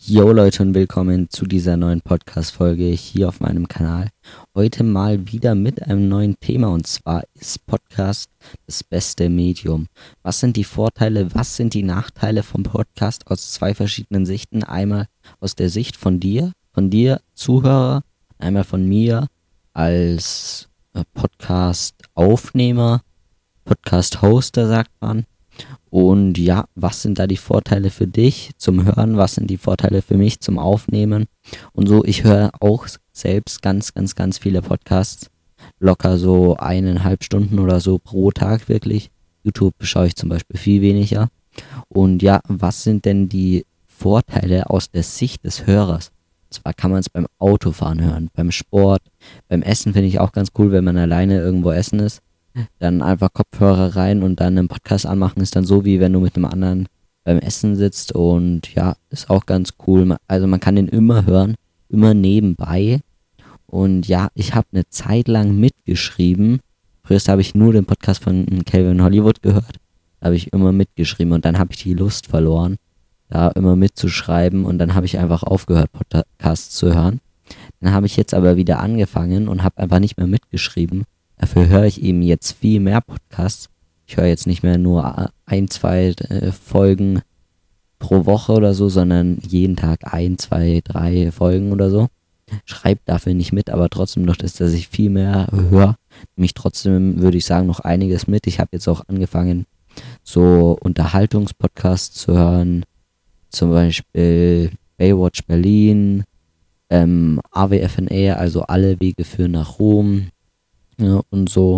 Jo Leute und willkommen zu dieser neuen Podcast-Folge hier auf meinem Kanal. Heute mal wieder mit einem neuen Thema, und zwar ist Podcast das beste Medium. Was sind die Vorteile, was sind die Nachteile vom Podcast aus zwei verschiedenen Sichten? Einmal aus der Sicht von dir Zuhörer, einmal von mir als Podcast-Aufnehmer, Podcast-Hoster sagt man. Und ja, was sind da die Vorteile für dich zum Hören? Was sind die Vorteile für mich zum Aufnehmen? Und so, ich höre auch selbst ganz viele Podcasts. Locker so 1,5 Stunden oder so pro Tag wirklich. YouTube schaue ich zum Beispiel viel weniger. Und ja, was sind denn die Vorteile aus der Sicht des Hörers? Und zwar kann man es beim Autofahren hören, beim Sport, beim Essen finde ich auch ganz cool, wenn man alleine irgendwo essen ist. Dann einfach Kopfhörer rein und dann einen Podcast anmachen, ist dann so, wie wenn du mit einem anderen beim Essen sitzt, und ja, ist auch ganz cool. Also man kann den immer hören, immer nebenbei. Und ja, ich habe eine Zeit lang mitgeschrieben. Früher habe ich nur den Podcast von Calvin Hollywood gehört. Da habe ich immer mitgeschrieben und dann habe ich die Lust verloren, da immer mitzuschreiben, und dann habe ich einfach aufgehört, Podcasts zu hören. Dann habe ich jetzt aber wieder angefangen und habe einfach nicht mehr mitgeschrieben. Dafür höre ich eben jetzt viel mehr Podcasts. Ich höre jetzt nicht mehr nur 1, 2 Folgen pro Woche oder so, sondern jeden Tag 1, 2, 3 Folgen oder so. Schreibe dafür nicht mit, aber trotzdem noch, dass ich viel mehr höre. Nämlich trotzdem, würde ich sagen, noch einiges mit. Ich habe jetzt auch angefangen, so Unterhaltungspodcasts zu hören. Zum Beispiel Baywatch Berlin, AWFNR, also Alle Wege führen nach Rom. Ja, und so,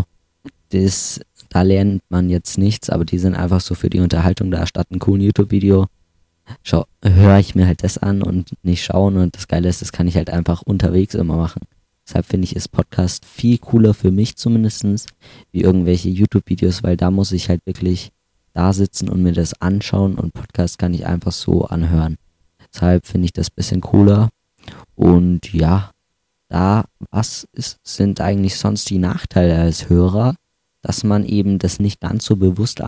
da lernt man jetzt nichts, aber die sind einfach so für die Unterhaltung da, statt ein coolen YouTube-Video. Höre ich mir halt das an und nicht schauen, und das Geile ist, das kann ich halt einfach unterwegs immer machen. Deshalb finde ich, ist Podcast viel cooler für mich zumindest, wie irgendwelche YouTube-Videos, weil da muss ich halt wirklich da sitzen und mir das anschauen, und Podcast kann ich einfach so anhören. Deshalb finde ich das ein bisschen cooler. Und ja, sind eigentlich sonst die Nachteile als Hörer, dass man eben das nicht ganz so bewusst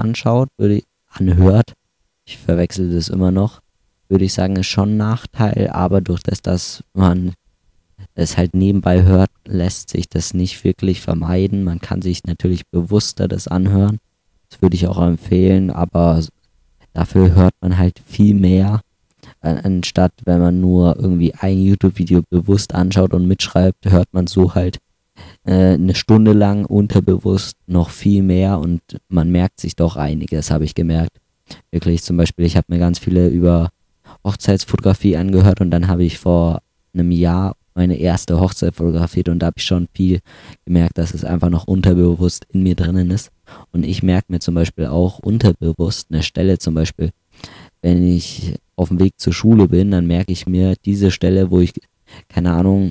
anhört. Ich verwechsel das immer noch. Würde ich sagen, ist schon ein Nachteil, aber durch das, dass man es halt nebenbei hört, lässt sich das nicht wirklich vermeiden. Man kann sich natürlich bewusster das anhören. Das würde ich auch empfehlen, aber dafür hört man halt viel mehr, anstatt wenn man nur irgendwie ein YouTube-Video bewusst anschaut und mitschreibt, hört man so halt eine Stunde lang unterbewusst noch viel mehr, und man merkt sich doch einiges, habe ich gemerkt. Wirklich, zum Beispiel, ich habe mir ganz viele über Hochzeitsfotografie angehört, und dann habe ich vor einem Jahr meine erste Hochzeit fotografiert, und da habe ich schon viel gemerkt, dass es einfach noch unterbewusst in mir drinnen ist. Und ich merke mir zum Beispiel auch unterbewusst eine Stelle, zum Beispiel, wenn ich auf dem Weg zur Schule bin, dann merke ich mir diese Stelle, wo ich, keine Ahnung,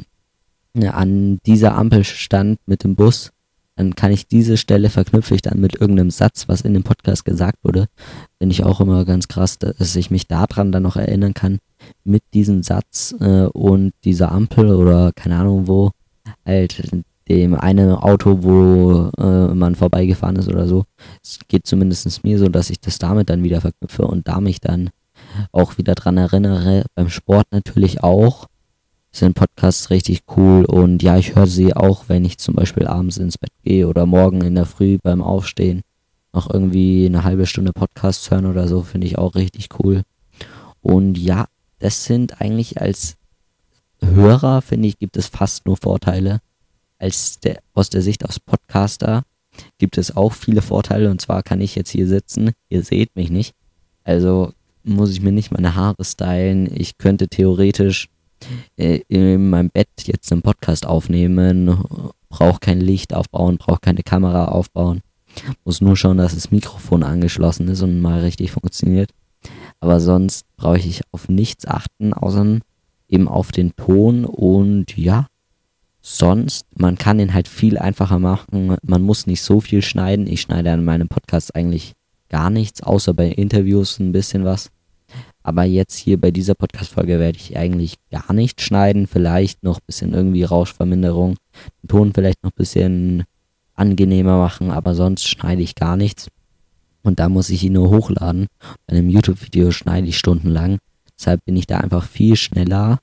an dieser Ampel stand mit dem Bus, dann kann ich diese Stelle verknüpfe ich dann mit irgendeinem Satz, was in dem Podcast gesagt wurde. Finde ich auch immer ganz krass, dass ich mich daran dann noch erinnern kann, mit diesem Satz und dieser Ampel oder keine Ahnung wo, halt dem einen Auto, wo man vorbeigefahren ist oder so. Es geht zumindest mir so, dass ich das damit dann wieder verknüpfe und da mich dann auch wieder dran erinnere. Beim Sport natürlich auch. Sind Podcasts richtig cool, und ja, ich höre sie auch, wenn ich zum Beispiel abends ins Bett gehe oder morgen in der Früh beim Aufstehen noch irgendwie eine halbe Stunde Podcasts hören oder so, finde ich auch richtig cool. Und ja, das sind eigentlich als Hörer, finde ich, gibt es fast nur Vorteile. Aus der Sicht als Podcaster gibt es auch viele Vorteile, und zwar kann ich jetzt hier sitzen, ihr seht mich nicht, also muss ich mir nicht meine Haare stylen, ich könnte theoretisch in meinem Bett jetzt einen Podcast aufnehmen, brauche kein Licht aufbauen, brauche keine Kamera aufbauen, muss nur schauen, dass das Mikrofon angeschlossen ist und mal richtig funktioniert, aber sonst brauche ich auf nichts achten, außer eben auf den Ton. Und ja, sonst, man kann den halt viel einfacher machen, man muss nicht so viel schneiden. Ich schneide an meinem Podcast eigentlich gar nichts, außer bei Interviews ein bisschen was. Aber jetzt hier bei dieser Podcast-Folge werde ich eigentlich gar nicht schneiden, vielleicht noch ein bisschen irgendwie Rauschverminderung, den Ton vielleicht noch ein bisschen angenehmer machen, aber sonst schneide ich gar nichts. Und da muss ich ihn nur hochladen. Bei einem YouTube-Video schneide ich stundenlang. Deshalb bin ich da einfach viel schneller.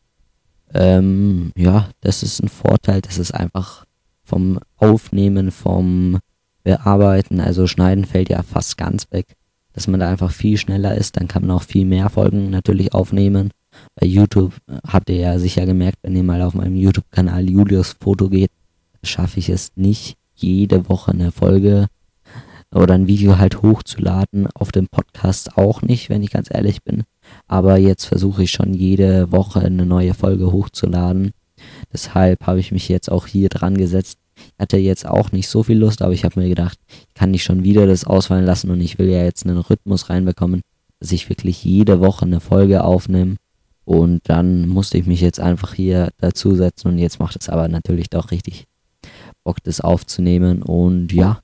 Ja, das ist ein Vorteil. Das ist einfach vom Aufnehmen, vom Bearbeiten, also Schneiden fällt ja fast ganz weg, dass man da einfach viel schneller ist. Dann kann man auch viel mehr Folgen natürlich aufnehmen. Bei YouTube habt ihr ja sicher gemerkt, wenn ihr mal auf meinem YouTube-Kanal Julius Foto geht, schaffe ich es nicht, jede Woche eine Folge oder ein Video halt hochzuladen. Auf dem Podcast auch nicht, wenn ich ganz ehrlich bin. Aber jetzt versuche ich schon jede Woche eine neue Folge hochzuladen. Deshalb habe ich mich jetzt auch hier dran gesetzt. Ich hatte jetzt auch nicht so viel Lust, aber ich habe mir gedacht, ich kann nicht schon wieder das ausfallen lassen und ich will ja jetzt einen Rhythmus reinbekommen, dass ich wirklich jede Woche eine Folge aufnehme. Und dann musste ich mich jetzt einfach hier dazusetzen und jetzt macht es aber natürlich doch richtig Bock, das aufzunehmen. Und ja,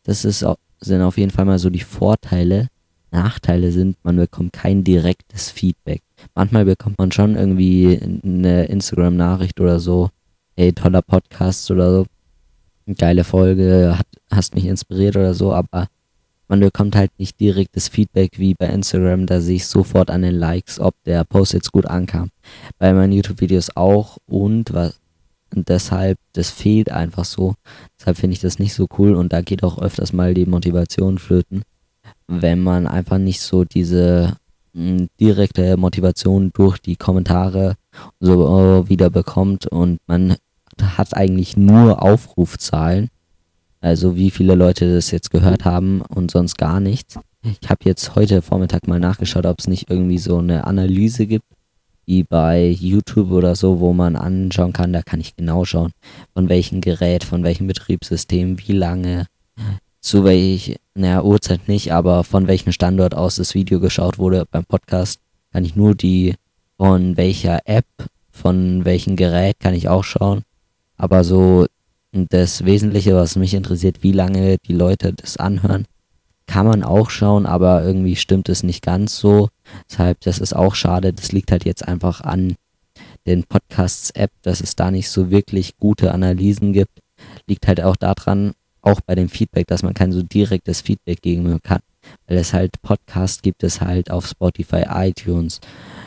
sind auf jeden Fall mal so die Vorteile. Nachteile sind, man bekommt kein direktes Feedback. Manchmal bekommt man schon irgendwie eine Instagram-Nachricht oder so, hey, toller Podcast oder so, geile Folge, hast mich inspiriert oder so, aber man bekommt halt nicht direktes Feedback wie bei Instagram, da sehe ich sofort an den Likes, ob der Post jetzt gut ankam. Bei meinen YouTube-Videos auch und deshalb, das fehlt einfach so. Deshalb finde ich das nicht so cool und da geht auch öfters mal die Motivation flöten, wenn man einfach nicht so diese direkte Motivation durch die Kommentare so wieder bekommt und man hat eigentlich nur Aufrufzahlen, also wie viele Leute das jetzt gehört haben und sonst gar nichts. Ich habe jetzt heute Vormittag mal nachgeschaut, ob es nicht irgendwie so eine Analyse gibt, wie bei YouTube oder so, wo man anschauen kann, da kann ich genau schauen, von welchem Gerät, von welchem Betriebssystem, wie lange, zu naja, Uhrzeit nicht, aber von welchem Standort aus das Video geschaut wurde. Beim Podcast kann ich nur von welcher App, von welchem Gerät kann ich auch schauen. Aber so das Wesentliche, was mich interessiert, wie lange die Leute das anhören, kann man auch schauen, aber irgendwie stimmt es nicht ganz so. Deshalb, das ist auch schade. Das liegt halt jetzt einfach an den Podcasts-App, dass es da nicht so wirklich gute Analysen gibt. Liegt halt auch daran, auch bei dem Feedback, dass man kein so direktes Feedback geben kann. Weil es halt Podcast gibt es halt auf Spotify, iTunes.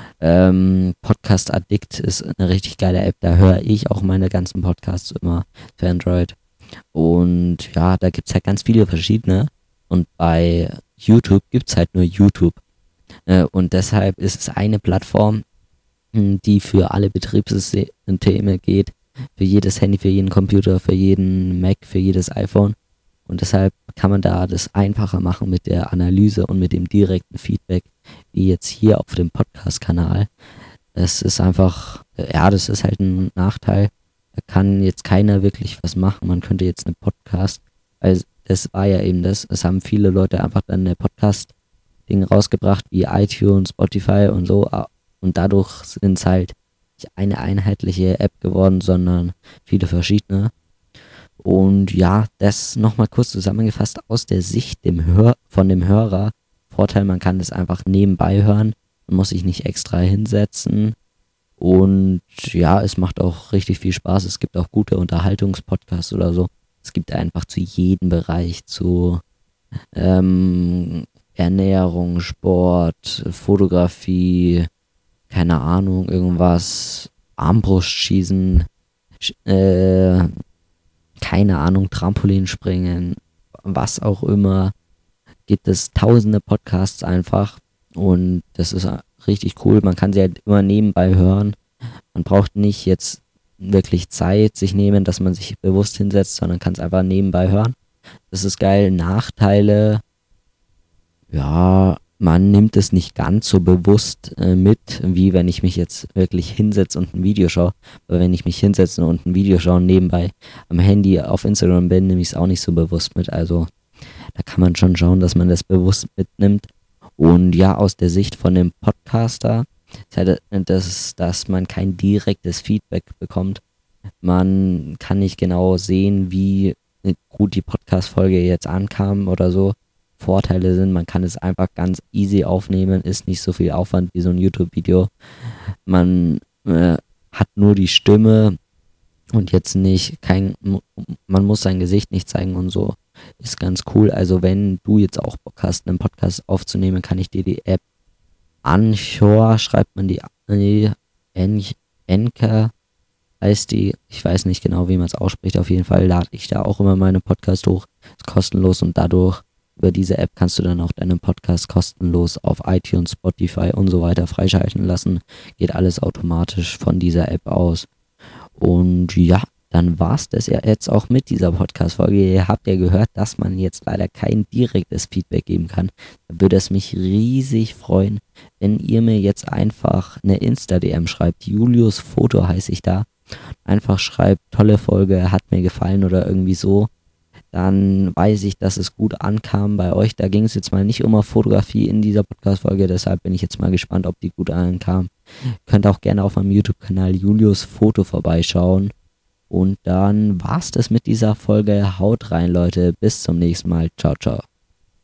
Podcast Addict ist eine richtig geile App, da höre ich auch meine ganzen Podcasts immer für Android. Und ja, da gibt es halt ganz viele verschiedene. Und bei YouTube gibt es halt nur YouTube. Und deshalb ist es eine Plattform, die für alle Betriebssysteme geht. Für jedes Handy, für jeden Computer, für jeden Mac, für jedes iPhone. Und deshalb kann man da das einfacher machen mit der Analyse und mit dem direkten Feedback, wie jetzt hier auf dem Podcast-Kanal. Das ist einfach, ja, das ist halt ein Nachteil. Da kann jetzt keiner wirklich was machen. Man könnte jetzt einen Podcast, weil das war ja eben das, es haben viele Leute einfach dann eine Podcast-Ding rausgebracht, wie iTunes, Spotify und so. Und dadurch sind es halt nicht eine einheitliche App geworden, sondern viele verschiedene. Und ja, das nochmal kurz zusammengefasst aus der Sicht von dem Hörer. Vorteil, man kann das einfach nebenbei hören. Man muss sich nicht extra hinsetzen. Und ja, es macht auch richtig viel Spaß. Es gibt auch gute Unterhaltungspodcasts oder so. Es gibt einfach zu jedem Bereich, zu Ernährung, Sport, Fotografie, keine Ahnung, irgendwas, Armbrustschießen, keine Ahnung, Trampolinspringen, was auch immer, gibt es tausende Podcasts einfach und das ist richtig cool. Man kann sie halt immer nebenbei hören. Man braucht nicht jetzt wirklich Zeit sich nehmen, dass man sich bewusst hinsetzt, sondern kann es einfach nebenbei hören. Das ist geil. Nachteile, ja, man nimmt es nicht ganz so bewusst mit, wie wenn ich mich jetzt wirklich hinsetze und ein Video schaue. Aber wenn ich mich hinsetze und ein Video schaue und nebenbei am Handy auf Instagram bin, nehme ich es auch nicht so bewusst mit. Also da kann man schon schauen, dass man das bewusst mitnimmt. Und ja, aus der Sicht von dem Podcaster, dass man kein direktes Feedback bekommt. Man kann nicht genau sehen, wie gut die Podcast-Folge jetzt ankam oder so. Vorteile sind, man kann es einfach ganz easy aufnehmen, ist nicht so viel Aufwand wie so ein YouTube-Video. Man hat nur die Stimme und jetzt man muss sein Gesicht nicht zeigen und so. Ist ganz cool. Also wenn du jetzt auch Bock hast, einen Podcast aufzunehmen, kann ich dir die App Anchor schreibt man die, Anchor heißt die, ich weiß nicht genau, wie man es ausspricht, auf jeden Fall lade ich da auch immer meine Podcasts hoch, ist kostenlos und dadurch über diese App kannst du dann auch deinen Podcast kostenlos auf iTunes, Spotify und so weiter freischalten lassen, geht alles automatisch von dieser App aus und ja, dann war es das ja jetzt auch mit dieser Podcast-Folge. Ihr habt ja gehört, dass man jetzt leider kein direktes Feedback geben kann. Da würde es mich riesig freuen, wenn ihr mir jetzt einfach eine Insta-DM schreibt. Julius Foto heiße ich da. Einfach schreibt, tolle Folge, hat mir gefallen oder irgendwie so. Dann weiß ich, dass es gut ankam bei euch. Da ging es jetzt mal nicht um Fotografie in dieser Podcast-Folge, deshalb bin ich jetzt mal gespannt, ob die gut ankam. Könnt auch gerne auf meinem YouTube-Kanal Julius Foto vorbeischauen. Und dann war's das mit dieser Folge. Haut rein, Leute. Bis zum nächsten Mal. Ciao, ciao.